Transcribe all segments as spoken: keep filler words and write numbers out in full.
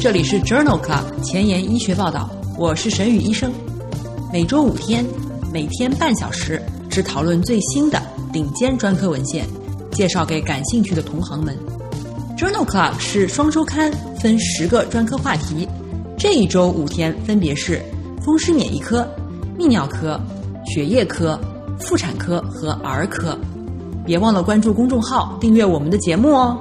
这里是 Journal Club 前沿医学报道，我是沈宇医生。每周五天，每天半小时，只讨论最新的顶尖专科文献，介绍给感兴趣的同行们。Journal Club 是双周刊，分十个专科话题。这一周五天分别是风湿免疫科、泌尿科、血液科、妇产科和儿科。别忘了关注公众号，订阅我们的节目哦。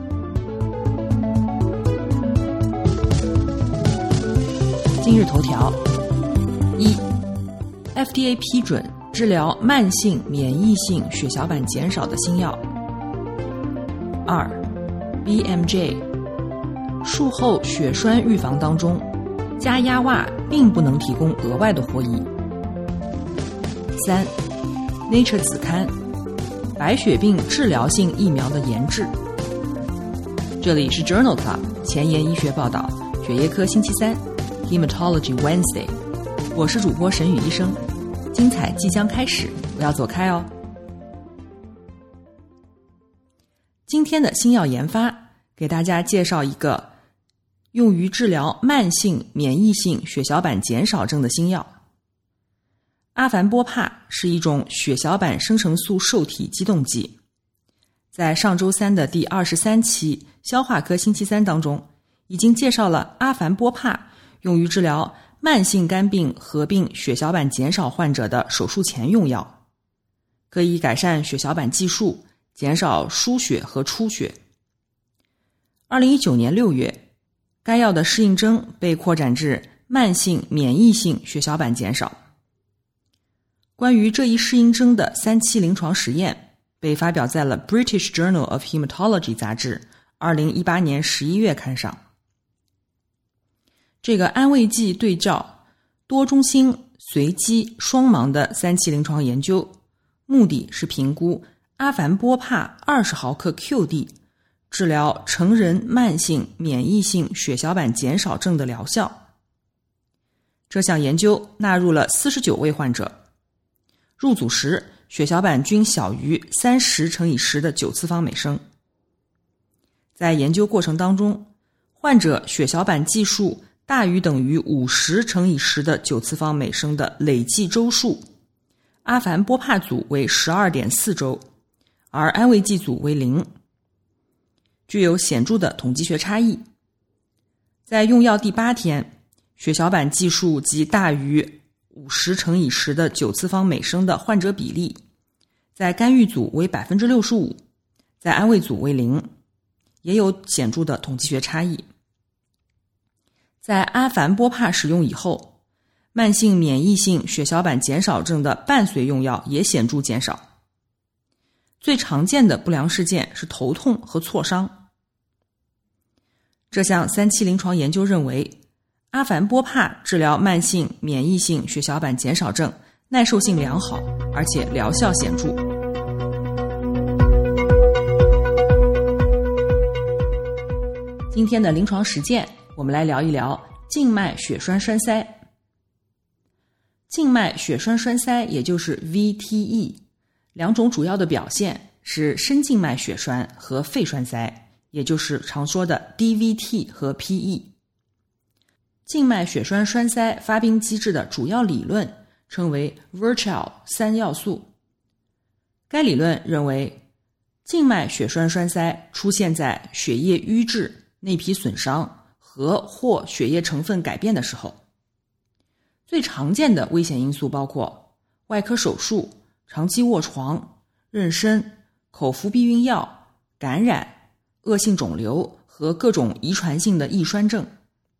今日头条：一 ，F D A 批准治疗慢性免疫性血小板减少的新药。二 ，B M J 术后血栓预防当中，加压袜并不能提供额外的获益。三 ，Nature 子刊白血病治疗性疫苗的研制。这里是 Journal Club 前沿医学报道，血液科星期三 Hematology Wednesday， 我是主播沈宇医生，精彩即将开始，不要走开哦。今天的新药研发，给大家介绍一个用于治疗慢性免疫性血小板减少症的新药。阿凡波帕是一种血小板生成素受体激动剂。在上周三的第二十三期消化科星期三当中，已经介绍了阿凡波帕用于治疗慢性肝病合并血小板减少患者的手术前用药，可以改善血小板计数，减少输血和出血。二零一九年六月，该药的适应症被扩展至慢性免疫性血小板减少。关于这一适应症的三期临床实验被发表在了 British Journal of Hematology 杂志二零一八年十一月刊上。这个安慰剂对照多中心随机双盲的三期临床研究，目的是评估阿凡波帕二十毫克 Q D 治疗成人慢性免疫性血小板减少症的疗效。这项研究纳入了四十九位患者，入组时血小板均小于三十乘以十的九次方每升。在研究过程当中，患者血小板计数大于等于五十乘以十的九次方每升的累计周数，阿凡波帕组为 十二点四周，而安慰剂组为零，具有显著的统计学差异。在用药第八天，血小板计数及大于五十乘以十的九次方每升的患者比例，在干预组为 百分之六十五， 在安慰组为零，也有显著的统计学差异。在阿凡波帕使用以后，慢性免疫性血小板减少症的伴随用药也显著减少。最常见的不良事件是头痛和挫伤。这项三期临床研究认为，阿凡波帕治疗慢性免疫性血小板减少症耐受性良好，而且疗效显著。今天的临床实践，我们来聊一聊静脉血栓栓塞。静脉血栓栓塞也就是 V T E， 两种主要的表现是深静脉血栓和肺栓塞，也就是常说的 D V T 和 P E。静脉血栓栓塞发病机制的主要理论称为 Virchow 三要素。该理论认为，静脉血栓栓塞出现在血液瘀滞、内皮损伤和或血液成分改变的时候。最常见的危险因素包括外科手术、长期卧床、妊娠、口服避孕药、感染、恶性肿瘤和各种遗传性的易栓症。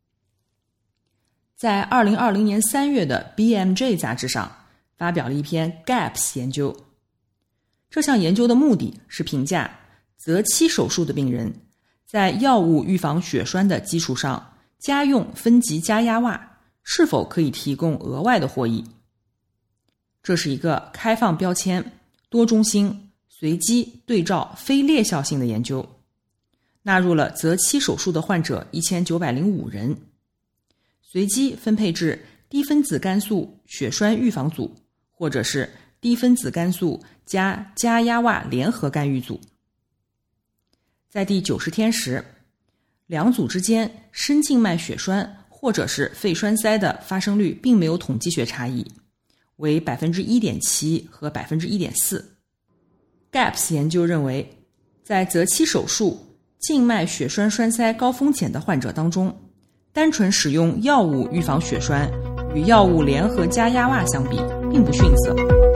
在二零二零年三月的 B M J 杂志上发表了一篇 GAPS 研究。这项研究的目的是评价择期手术的病人在药物预防血栓的基础上加用分级加压袜是否可以提供额外的获益。这是一个开放标签、多中心、随机对照非劣效性的研究，纳入了择期手术的患者一千九百零五人，随机分配至低分子肝素血栓预防组，或者是低分子肝素加加压袜联合干预组。在第九十天时， 两组之间深静脉血栓或者是肺栓塞的发生率并没有统计学差异，为 百分之一点七 和 百分之一点四。 G A P S 研究认为，在择期手术静脉血栓栓塞高风险的患者当中，单纯使用药物预防血栓与药物联合加压袜相比并不逊色。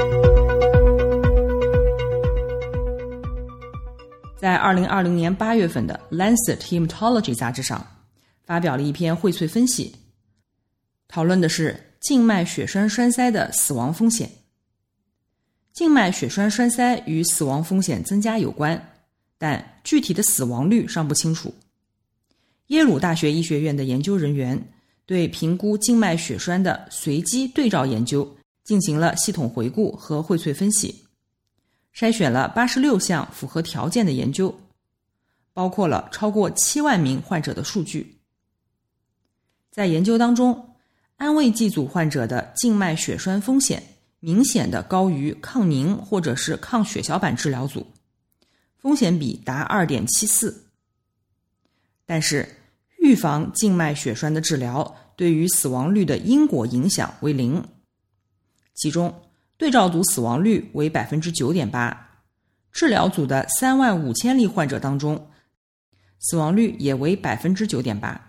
在二零二零年八月份的 Lancet Hematology 杂志上发表了一篇荟萃分析，讨论的是静脉血栓栓塞的死亡风险。静脉血栓栓塞与死亡风险增加有关，但具体的死亡率尚不清楚。耶鲁大学医学院的研究人员对评估静脉血栓的随机对照研究进行了系统回顾和荟萃分析，筛选了八十六项符合条件的研究，包括了超过七万名患者的数据。在研究当中，安慰剂组患者的静脉血栓风险明显的高于抗凝或者是抗血小板治疗组，风险比达 二点七四。 但是预防静脉血栓的治疗对于死亡率的因果影响为零，其中对照组死亡率为 百分之九点八， 治疗组的三万五千例患者当中，死亡率也为 百分之九点八。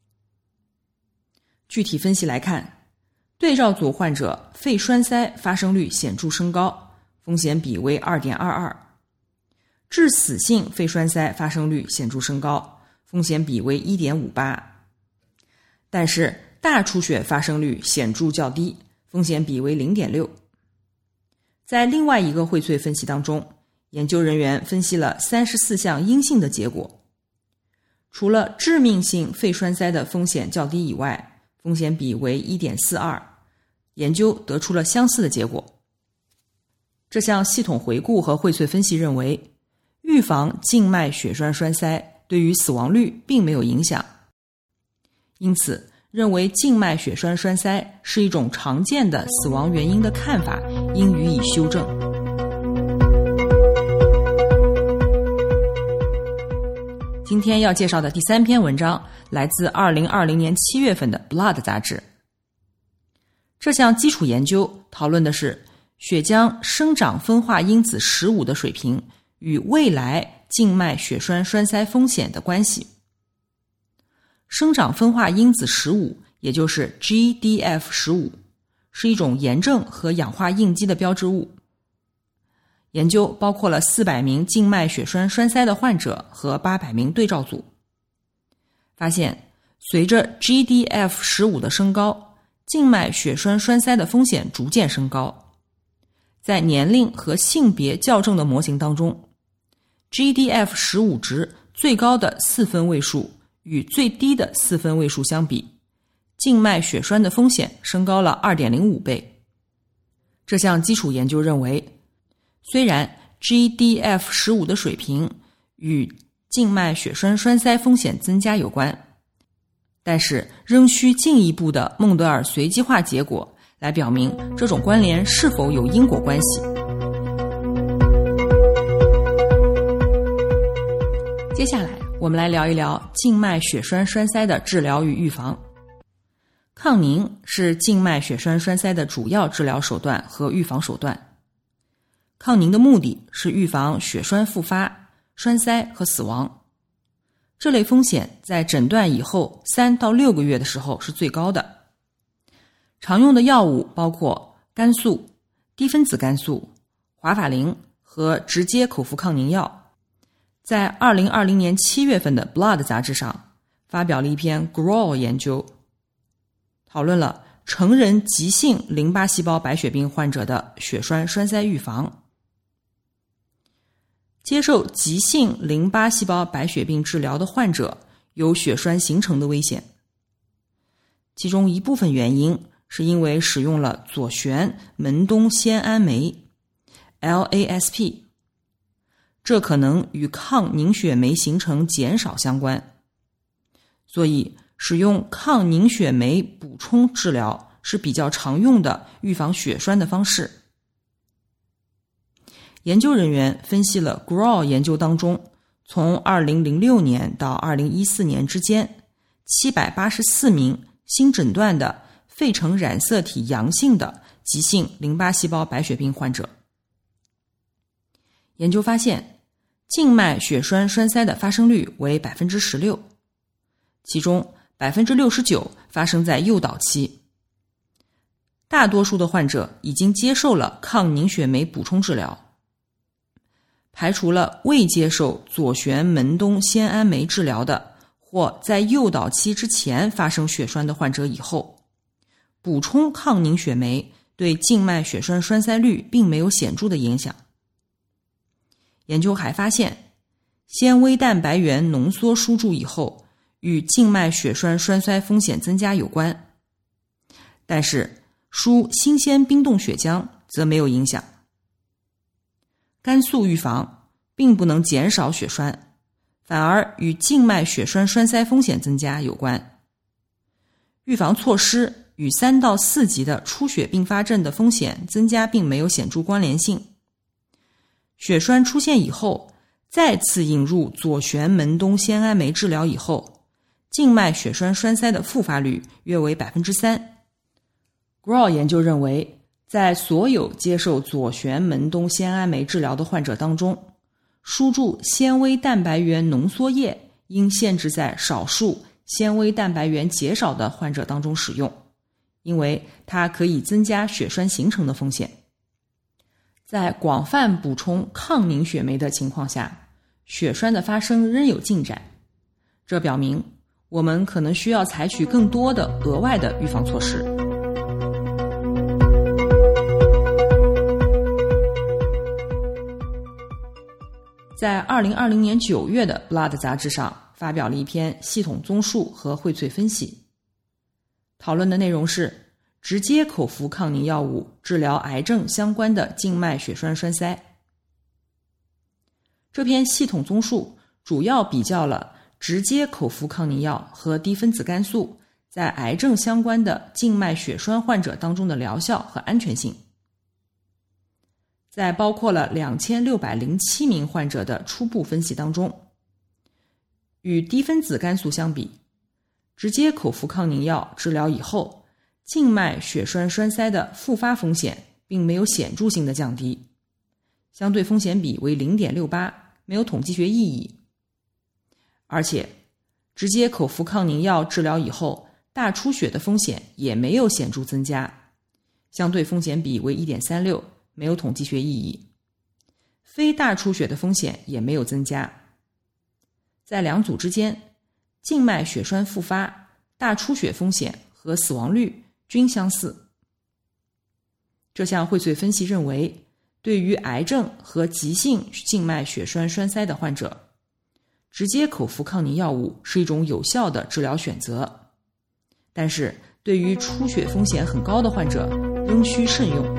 具体分析来看，对照组患者肺栓塞发生率显著升高，风险比为 二点二二， 致死性肺栓塞发生率显著升高，风险比为 一点五八， 但是大出血发生率显著较低，风险比为 零点六。 在另外一个荟萃分析当中，研究人员分析了三十四项阴性的结果，除了致命性肺栓塞的风险较低以外，风险比为 一点四二， 研究得出了相似的结果。这项系统回顾和荟萃分析认为，预防静脉血栓栓塞对于死亡率并没有影响，因此认为静脉血栓栓塞是一种常见的死亡原因的看法应予以修正。今天要介绍的第三篇文章来自二零二零年七月份的 Blood 杂志。这项基础研究讨论的是血浆生长分化因子十五的水平与未来静脉血栓栓塞风险的关系。生长分化因子十五，也就是 G D F 十五， 是一种炎症和氧化应激的标志物。研究包括了四百名静脉血栓栓塞的患者和八百名对照组，发现随着 G D F 十五 的升高，静脉血栓栓塞的风险逐渐升高。在年龄和性别校正的模型当中， G D F 十五 值最高的四分位数与最低的四分位数相比，静脉血栓的风险升高了 二点零五倍。这项基础研究认为，虽然 G D F 十五 的水平与静脉血栓栓塞风险增加有关，但是仍需进一步的孟德尔随机化结果来表明这种关联是否有因果关系。接下来我们来聊一聊静脉血栓栓塞的治疗与预防。抗凝是静脉血栓栓塞的主要治疗手段和预防手段。抗凝的目的是预防血栓复发、栓塞和死亡。这类风险在诊断以后三到六个月的时候是最高的。常用的药物包括肝素、低分子肝素、华法林和直接口服抗凝药。在二零二零年七月份的 Blood 杂志上发表了一篇 G R O L 研究，讨论了成人急性淋巴细胞白血病患者的血栓栓塞预防。接受急性淋巴细胞白血病治疗的患者有血栓形成的危险，其中一部分原因是因为使用了左旋门冬酰胺酶 L A S P， 这可能与抗凝血酶形成减少相关，所以使用抗凝血酶补充治疗是比较常用的预防血栓的方式。研究人员分析了 G R O L 研究当中从二零零六年到二零一四年之间，七百八十四名新诊断的肺成染色体阳性的急性淋巴细胞白血病患者。研究发现，静脉血栓栓塞的发生率为 百分之十六， 其中 百分之六十九 发生在诱导期。大多数的患者已经接受了抗凝血酶补充治疗，排除了未接受左旋门冬酰胺酶治疗的或在诱导期之前发生血栓的患者以后，补充抗凝血酶对静脉血栓栓塞率并没有显著的影响。研究还发现，纤维蛋白原浓缩输注以后与静脉血栓栓塞风险增加有关，但是输新鲜冰冻血浆则没有影响。肝素预防并不能减少血栓，反而与静脉血栓栓塞风险增加有关。预防措施与三到四级的出血并发症的风险增加并没有显著关联性。血栓出现以后，再次引入左旋门冬酰胺酶治疗以后，静脉血栓栓塞的复发率约为 百分之三。Grohl 研究认为，在所有接受左旋门冬酰胺酶治疗的患者当中，输注纤维蛋白原浓缩液应限制在少数纤维蛋白原减少的患者当中使用，因为它可以增加血栓形成的风险。在广泛补充抗凝血酶的情况下，血栓的发生仍有进展，这表明我们可能需要采取更多的额外的预防措施。在二零二零年九月的 Blood 杂志上发表了一篇系统综述和荟萃分析，讨论的内容是直接口服抗凝药物治疗癌症相关的静脉血栓栓塞。这篇系统综述主要比较了直接口服抗凝药和低分子肝素在癌症相关的静脉血栓患者当中的疗效和安全性。在包括了两千六百零七名患者的初步分析当中，与低分子肝素相比，直接口服抗凝药治疗以后，静脉血栓栓塞的复发风险并没有显著性的降低，相对风险比为 零点六八， 没有统计学意义。而且直接口服抗凝药治疗以后，大出血的风险也没有显著增加，相对风险比为 一点三六， 没有统计学意义。非大出血的风险也没有增加。在两组之间，静脉血栓复发、大出血风险和死亡率均相似。这项荟萃分析认为，对于癌症和急性静脉血栓栓塞的患者，直接口服抗凝药物是一种有效的治疗选择，但是对于出血风险很高的患者仍需慎用。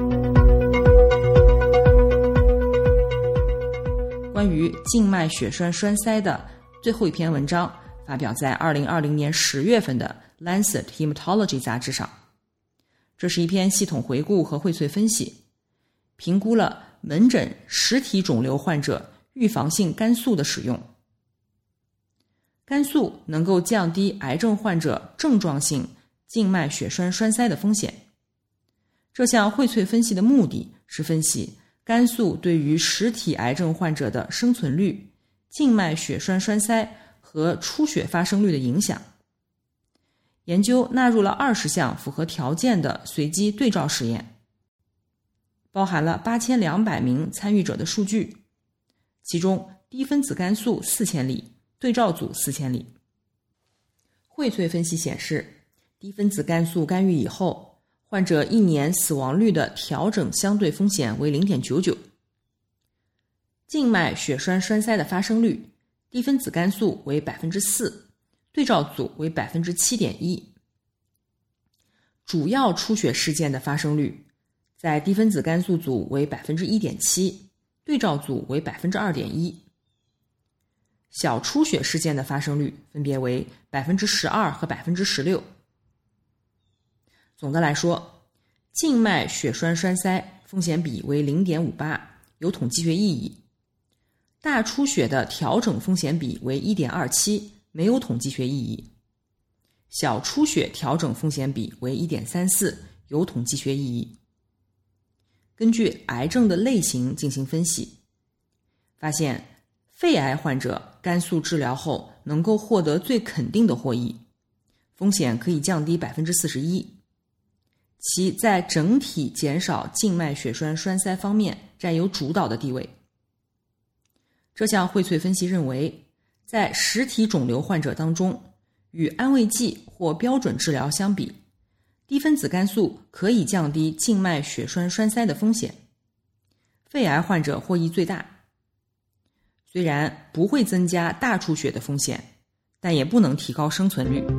关于静脉血栓栓塞的最后一篇文章发表在二零二零年十月份的 Lancet Hematology 杂志上。这是一篇系统回顾和荟萃分析，评估了门诊实体肿瘤患者预防性肝素的使用。肝素能够降低癌症患者症状性静脉血栓栓塞的风险。这项荟萃分析的目的是分析肝素对于实体癌症患者的生存率、静脉血栓栓塞和出血发生率的影响。研究纳入了二十项符合条件的随机对照实验，包含了八千两百名参与者的数据，其中低分子肝素四千例，对照组四千例。荟萃分析显示，低分子肝素干预以后，患者一年死亡率的调整相对风险为 零点九九。静脉血栓栓塞的发生率，低分子肝素为 百分之四， 对照组为 百分之七点一。主要出血事件的发生率，在低分子肝素组为 百分之一点七， 对照组为 百分之二点一。小出血事件的发生率分别为 百分之十二 和 百分之十六。总的来说，静脉血栓栓塞风险比为 零点五八，有统计学意义。 大出血的调整风险比为 一点二七， 没有统计学意义。小出血调整风险比为 一点三四， 有统计学意义。根据癌症的类型进行分析，发现肺癌患者肝素治疗后能够获得最肯定的获益，风险可以降低 百分之四十一， 其在整体减少静脉血栓栓塞方面占有主导的地位。这项荟萃分析认为，在实体肿瘤患者当中，与安慰剂或标准治疗相比，低分子肝素可以降低静脉血栓栓塞的风险，肺癌患者获益最大。虽然不会增加大出血的风险，但也不能提高生存率。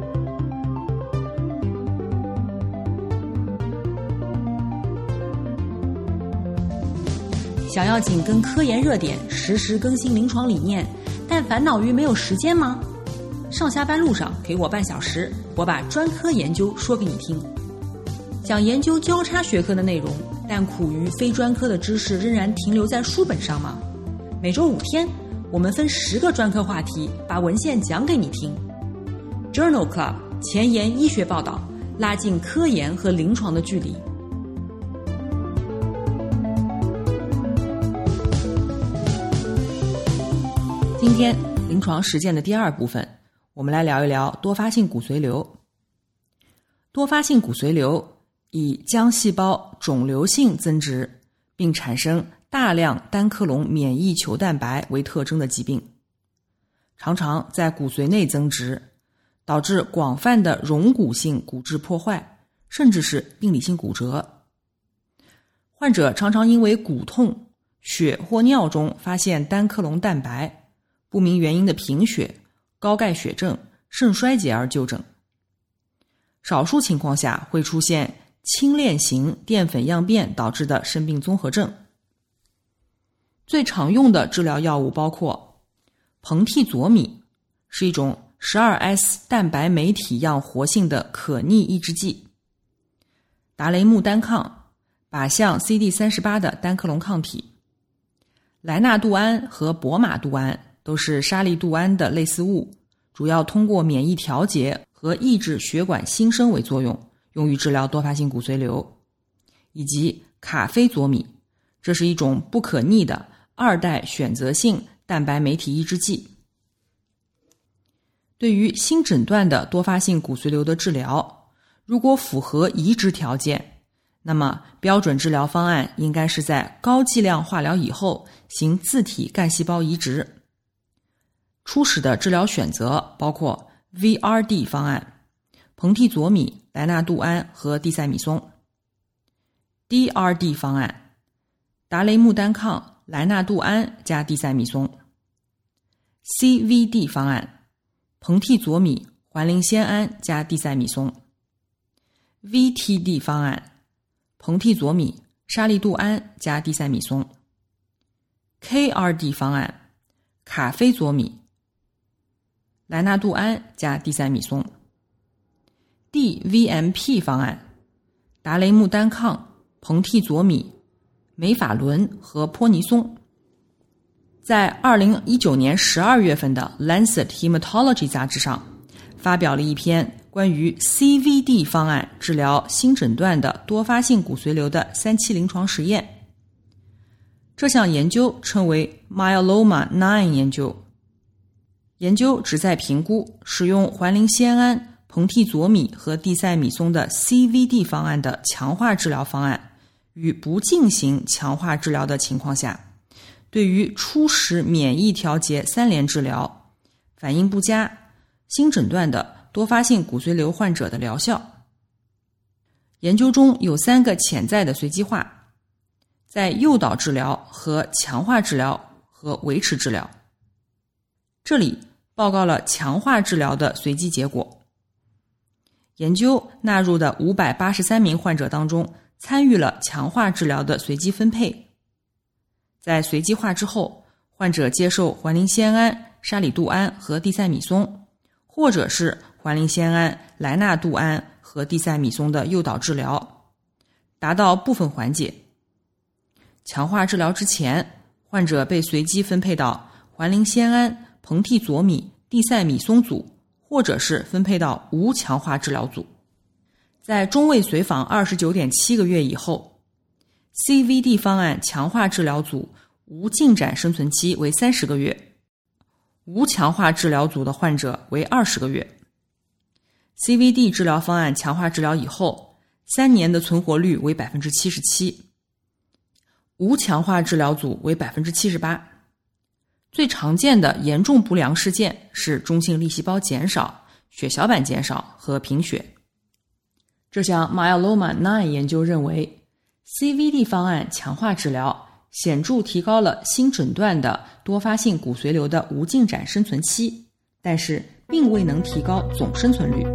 想要紧跟科研热点，实时更新临床理念，但烦恼于没有时间吗？上下班路上给我半小时，我把专科研究说给你听。想研究交叉学科的内容，但苦于非专科的知识仍然停留在书本上吗？每周五天，我们分十个专科话题，把文献讲给你听。Journal Club 前沿医学报道，拉近科研和临床的距离。今天临床实践的第二部分，我们来聊一聊多发性骨髓瘤。多发性骨髓瘤以浆细胞肿瘤性增殖，并产生大量单克隆免疫球蛋白为特征的疾病，常常在骨髓内增殖，导致广泛的溶骨性骨质破坏，甚至是病理性骨折。患者常常因为骨痛、血或尿中发现单克隆蛋白、不明原因的贫血、高钙血症、肾衰竭而就诊。少数情况下会出现轻链型淀粉样变导致的肾病综合症。最常用的治疗药物包括硼替佐米，是一种 十二 S 蛋白酶体样活性的可逆抑制剂；达雷木单抗，靶向 C D 三十八 的单克隆抗体；莱纳度胺和博马度胺都是沙利度胺的类似物，主要通过免疫调节和抑制血管新生为作用，用于治疗多发性骨髓瘤；以及卡非佐米，这是一种不可逆的二代选择性蛋白酶体抑制剂。对于新诊断的多发性骨髓瘤的治疗，如果符合移植条件，那么标准治疗方案应该是在高剂量化疗以后行自体干细胞移植。初始的治疗选择包括 V R D 方案、硼替佐米、莱纳度胺和地塞米松； D R D 方案，达雷木单抗、莱纳度胺加地塞米松； C V D 方案，硼替佐米、环磷酰胺加地塞米松； V T D 方案，硼替佐米、沙利度胺加地塞米松； K R D 方案，卡非佐米、莱纳度胺加地塞米松； D V M P 方案，达雷木单抗、硼替佐米、美法伦和泼尼松。在二零一九年十二月份的 Lancet Hematology 杂志上发表了一篇关于 C V D 方案治疗新诊断的多发性骨髓瘤的三期临床实验。这项研究称为 Myeloma 九 研究。研究旨在评估使用环磷酰胺、硼替佐米和地塞米松的 C V D 方案的强化治疗方案与不进行强化治疗的情况下，对于初始免疫调节三联治疗、反应不佳、新诊断的多发性骨髓瘤患者的疗效。研究中有三个潜在的随机化，在诱导治疗和强化治疗和维持治疗。这里报告了强化治疗的随机结果。研究纳入的五百八十三名患者当中，参与了强化治疗的随机分配。在随机化之后，患者接受环磷酰胺、沙里度胺和地塞米松，或者是环磷酰胺、莱纳度胺和地塞米松的诱导治疗，达到部分缓解。强化治疗之前，患者被随机分配到环磷酰胺、硼替佐米、地塞米松组，或者是分配到无强化治疗组。在中位随访 二十九点七 个月以后， C V D 方案强化治疗组无进展生存期为三十个月，无强化治疗组的患者为二十个月。 C V D 治疗方案强化治疗以后，三年的存活率为 百分之七十七， 无强化治疗组为 百分之七十八。 最常见的严重不良事件是中性粒细胞减少、血小板减少和贫血。这项 Myeloma 九 研究认为， C V D 方案强化治疗显著提高了新诊断的多发性骨髓瘤的无进展生存期，但是并未能提高总生存率。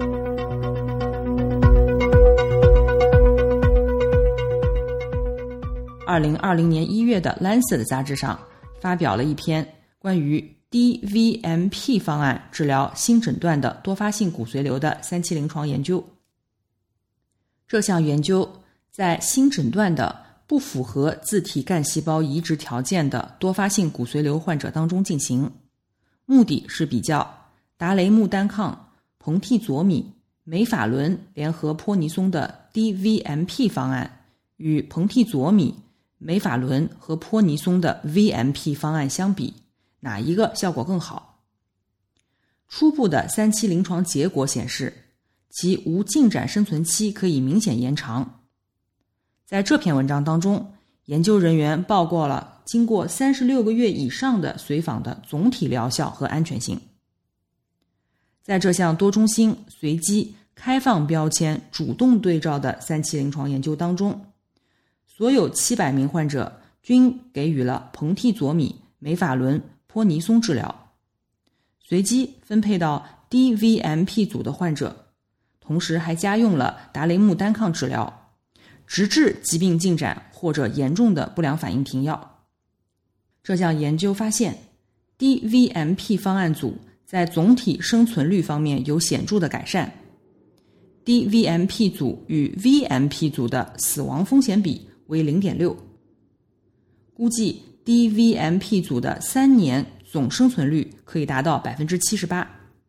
二零二零年一月的 Lancet 杂志上发表了一篇关于 D V M P 方案治疗新诊断的多发性骨髓瘤的三期临床研究。这项研究在新诊断的不符合自体干细胞移植条件的多发性骨髓瘤患者当中进行，目的是比较达雷木单抗、硼替佐米、美法伦联合泼尼松的 D V M P 方案与硼替佐米、美法伦和泼尼松的 V M P 方案相比，哪一个效果更好？初步的三期临床结果显示，其无进展生存期可以明显延长。在这篇文章当中，研究人员报告了经过三十六个月以上的随访的总体疗效和安全性。在这项多中心、随机、开放标签主动对照的三期临床研究当中，所有七百名患者均给予了硼替佐米、美法伦、泼尼松治疗，随机分配到 D V M P 组的患者，同时还加用了达雷木单抗治疗，直至疾病进展或者严重的不良反应停药。这项研究发现， D V M P 方案组在总体生存率方面有显著的改善， D V M P 组与 V M P 组的死亡风险比为 零点六， 估计 D V M P 组的三年总生存率可以达到 百分之七十八，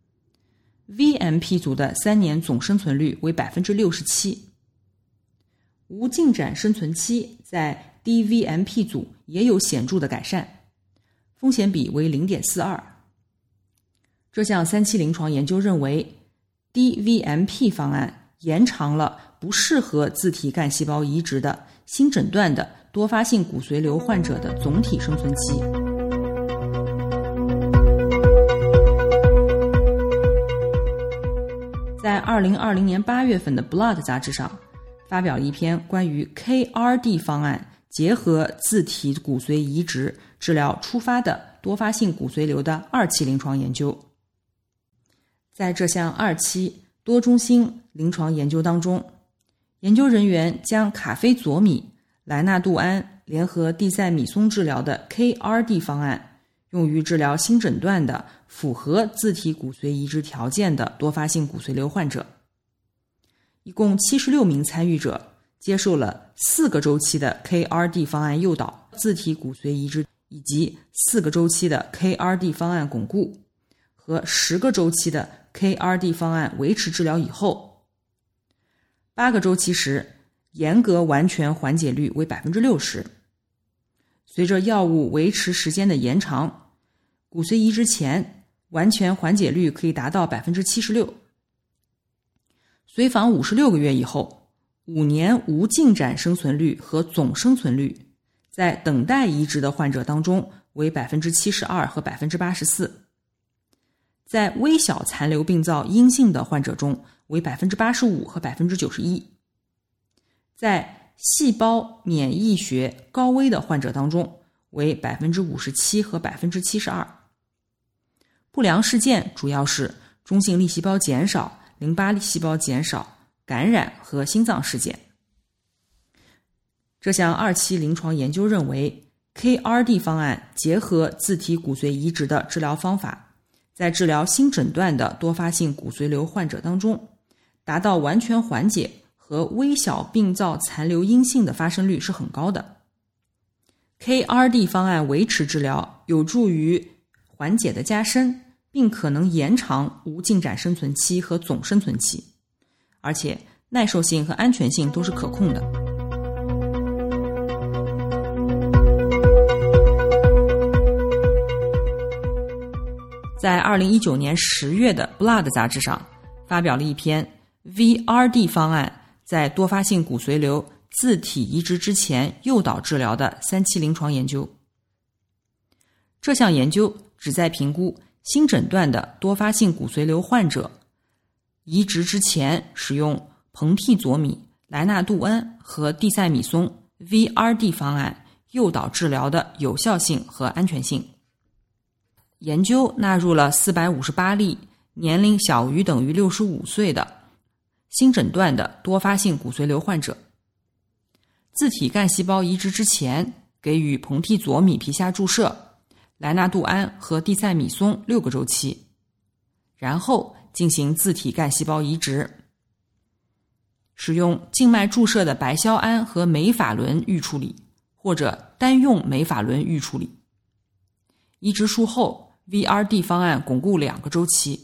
V M P 组的三年总生存率为 百分之六十七。 无进展生存期在 D V M P 组也有显著的改善，风险比为 零点四二。 这项三期临床研究认为， D V M P 方案延长了不适合自体干细胞移植的新诊断的多发性骨髓瘤患者的总体生存期。在二零二零年八月份的 Blood 杂志上发表了一篇关于 K R D 方案结合自体骨髓移植治疗初发的多发性骨髓瘤的二期临床研究。在这项二期多中心临床研究当中，研究人员将卡非佐米、莱纳度胺联合地塞米松治疗的 K R D 方案用于治疗新诊断的符合自体骨髓移植条件的多发性骨髓瘤患者。一共七十六名参与者接受了四个周期的 K R D 方案诱导自体骨髓移植，以及四个周期的 K R D 方案巩固和十个周期的 K R D 方案维持治疗以后，八个周期时严格完全缓解率为 百分之六十。 随着药物维持时间的延长，骨髓移植前完全缓解率可以达到 百分之七十六。 随访五十六个月以后，五年无进展生存率和总生存率在等待移植的患者当中为 百分之七十二 和 百分之八十四， 在微小残留病灶阴性的患者中为 百分之八十五 和 百分之九十一， 在细胞免疫学高危的患者当中为 百分之五十七 和 百分之七十二。 不良事件主要是中性粒细胞减少、淋巴细胞减少、感染和心脏事件。这项二期临床研究认为， K R D 方案结合自体骨髓移植的治疗方法，在治疗新诊断的多发性骨髓瘤患者当中达到完全缓解和微小病灶残留阴性的发生率是很高的。 K R D 方案维持治疗有助于缓解的加深，并可能延长无进展生存期和总生存期，而且耐受性和安全性都是可控的。在二零一九年十月的 Blood 杂志上发表了一篇 V R D 方案在多发性骨髓瘤自体移植之前诱导治疗的三期临床研究。这项研究旨在评估新诊断的多发性骨髓瘤患者移植之前使用硼替佐米、莱纳度胺和地塞米松 V R D 方案诱导治疗的有效性和安全性。研究纳入了四百五十八例年龄小于等于六十五岁的新诊断的多发性骨髓瘤患者，自体干细胞移植之前给予硼替佐米皮下注射、莱纳度胺和地塞米松六个周期，然后进行自体干细胞移植，使用静脉注射的白硝胺和美法伦预处理，或者单用美法伦预处理。移植术后V R D 方案巩固两个周期。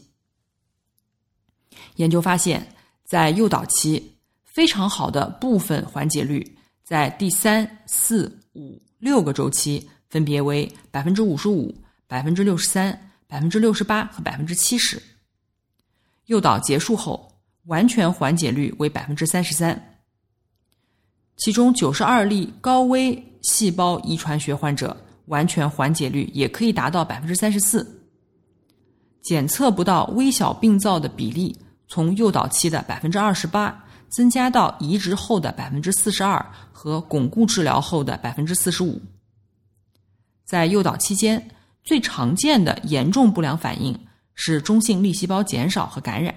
研究发现，在诱导期，非常好的部分缓解率在第三、四、五、六个周期分别为 百分之五十五、百分之六十三、百分之六十八 和 百分之七十。诱导结束后，完全缓解率为 百分之三十三。其中九十二例高危细胞遗传学患者完全缓解率也可以达到 百分之三十四， 检测不到微小病灶的比例从诱导期的 百分之二十八 增加到移植后的 百分之四十二 和巩固治疗后的 百分之四十五。 在诱导期间，最常见的严重不良反应是中性粒细胞减少和感染。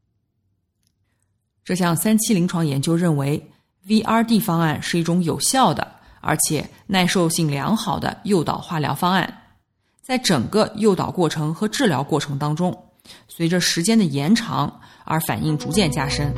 这项三期临床研究认为 V R D 方案是一种有效的而且耐受性良好的诱导化疗方案，在整个诱导过程和治疗过程当中，随着时间的延长而反应逐渐加深。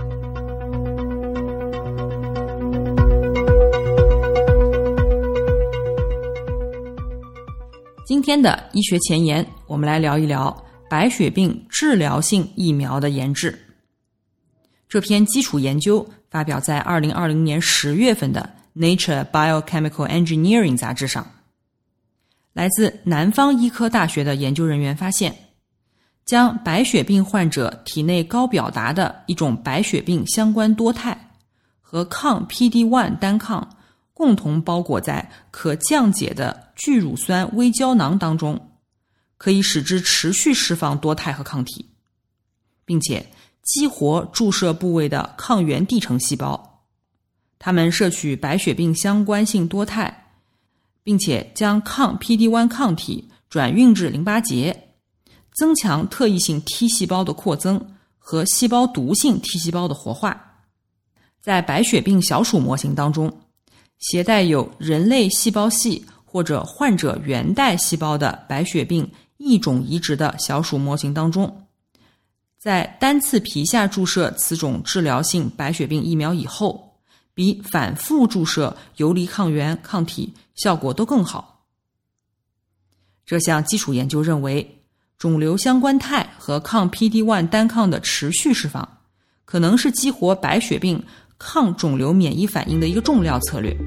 今天的医学前沿，我们来聊一聊白血病治疗性疫苗的研制。这篇基础研究发表在二零二零年十月份的Nature Biochemical Engineering 杂志上。来自南方医科大学的研究人员发现，将白血病患者体内高表达的一种白血病相关多肽和抗 P D 一 单抗共同包裹在可降解的聚乳酸微胶囊当中，可以使之持续释放多肽和抗体，并且激活注射部位的抗原地层细胞。它们摄取白血病相关性多肽，并且将抗 P D 一 抗体转运至淋巴结，增强特异性 T 细胞的扩增和细胞毒性 T 细胞的活化。在白血病小鼠模型当中，携带有人类细胞系或者患者原带细胞的白血病异种移植的小鼠模型当中，在单次皮下注射此种治疗性白血病疫苗以后，比反复注射游离抗原抗体效果都更好。这项基础研究认为，肿瘤相关肽和抗 P D 一 单抗的持续释放可能是激活白血病抗肿瘤免疫反应的一个重要策略。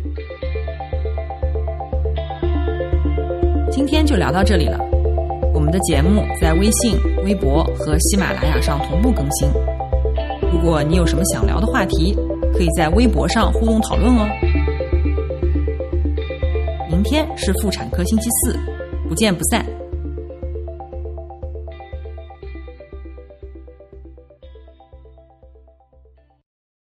今天就聊到这里了，我们的节目在微信、微博和喜马拉雅上同步更新。如果你有什么想聊的话题，可以在微博上互动讨论哦。明天是妇产科星期四，不见不散。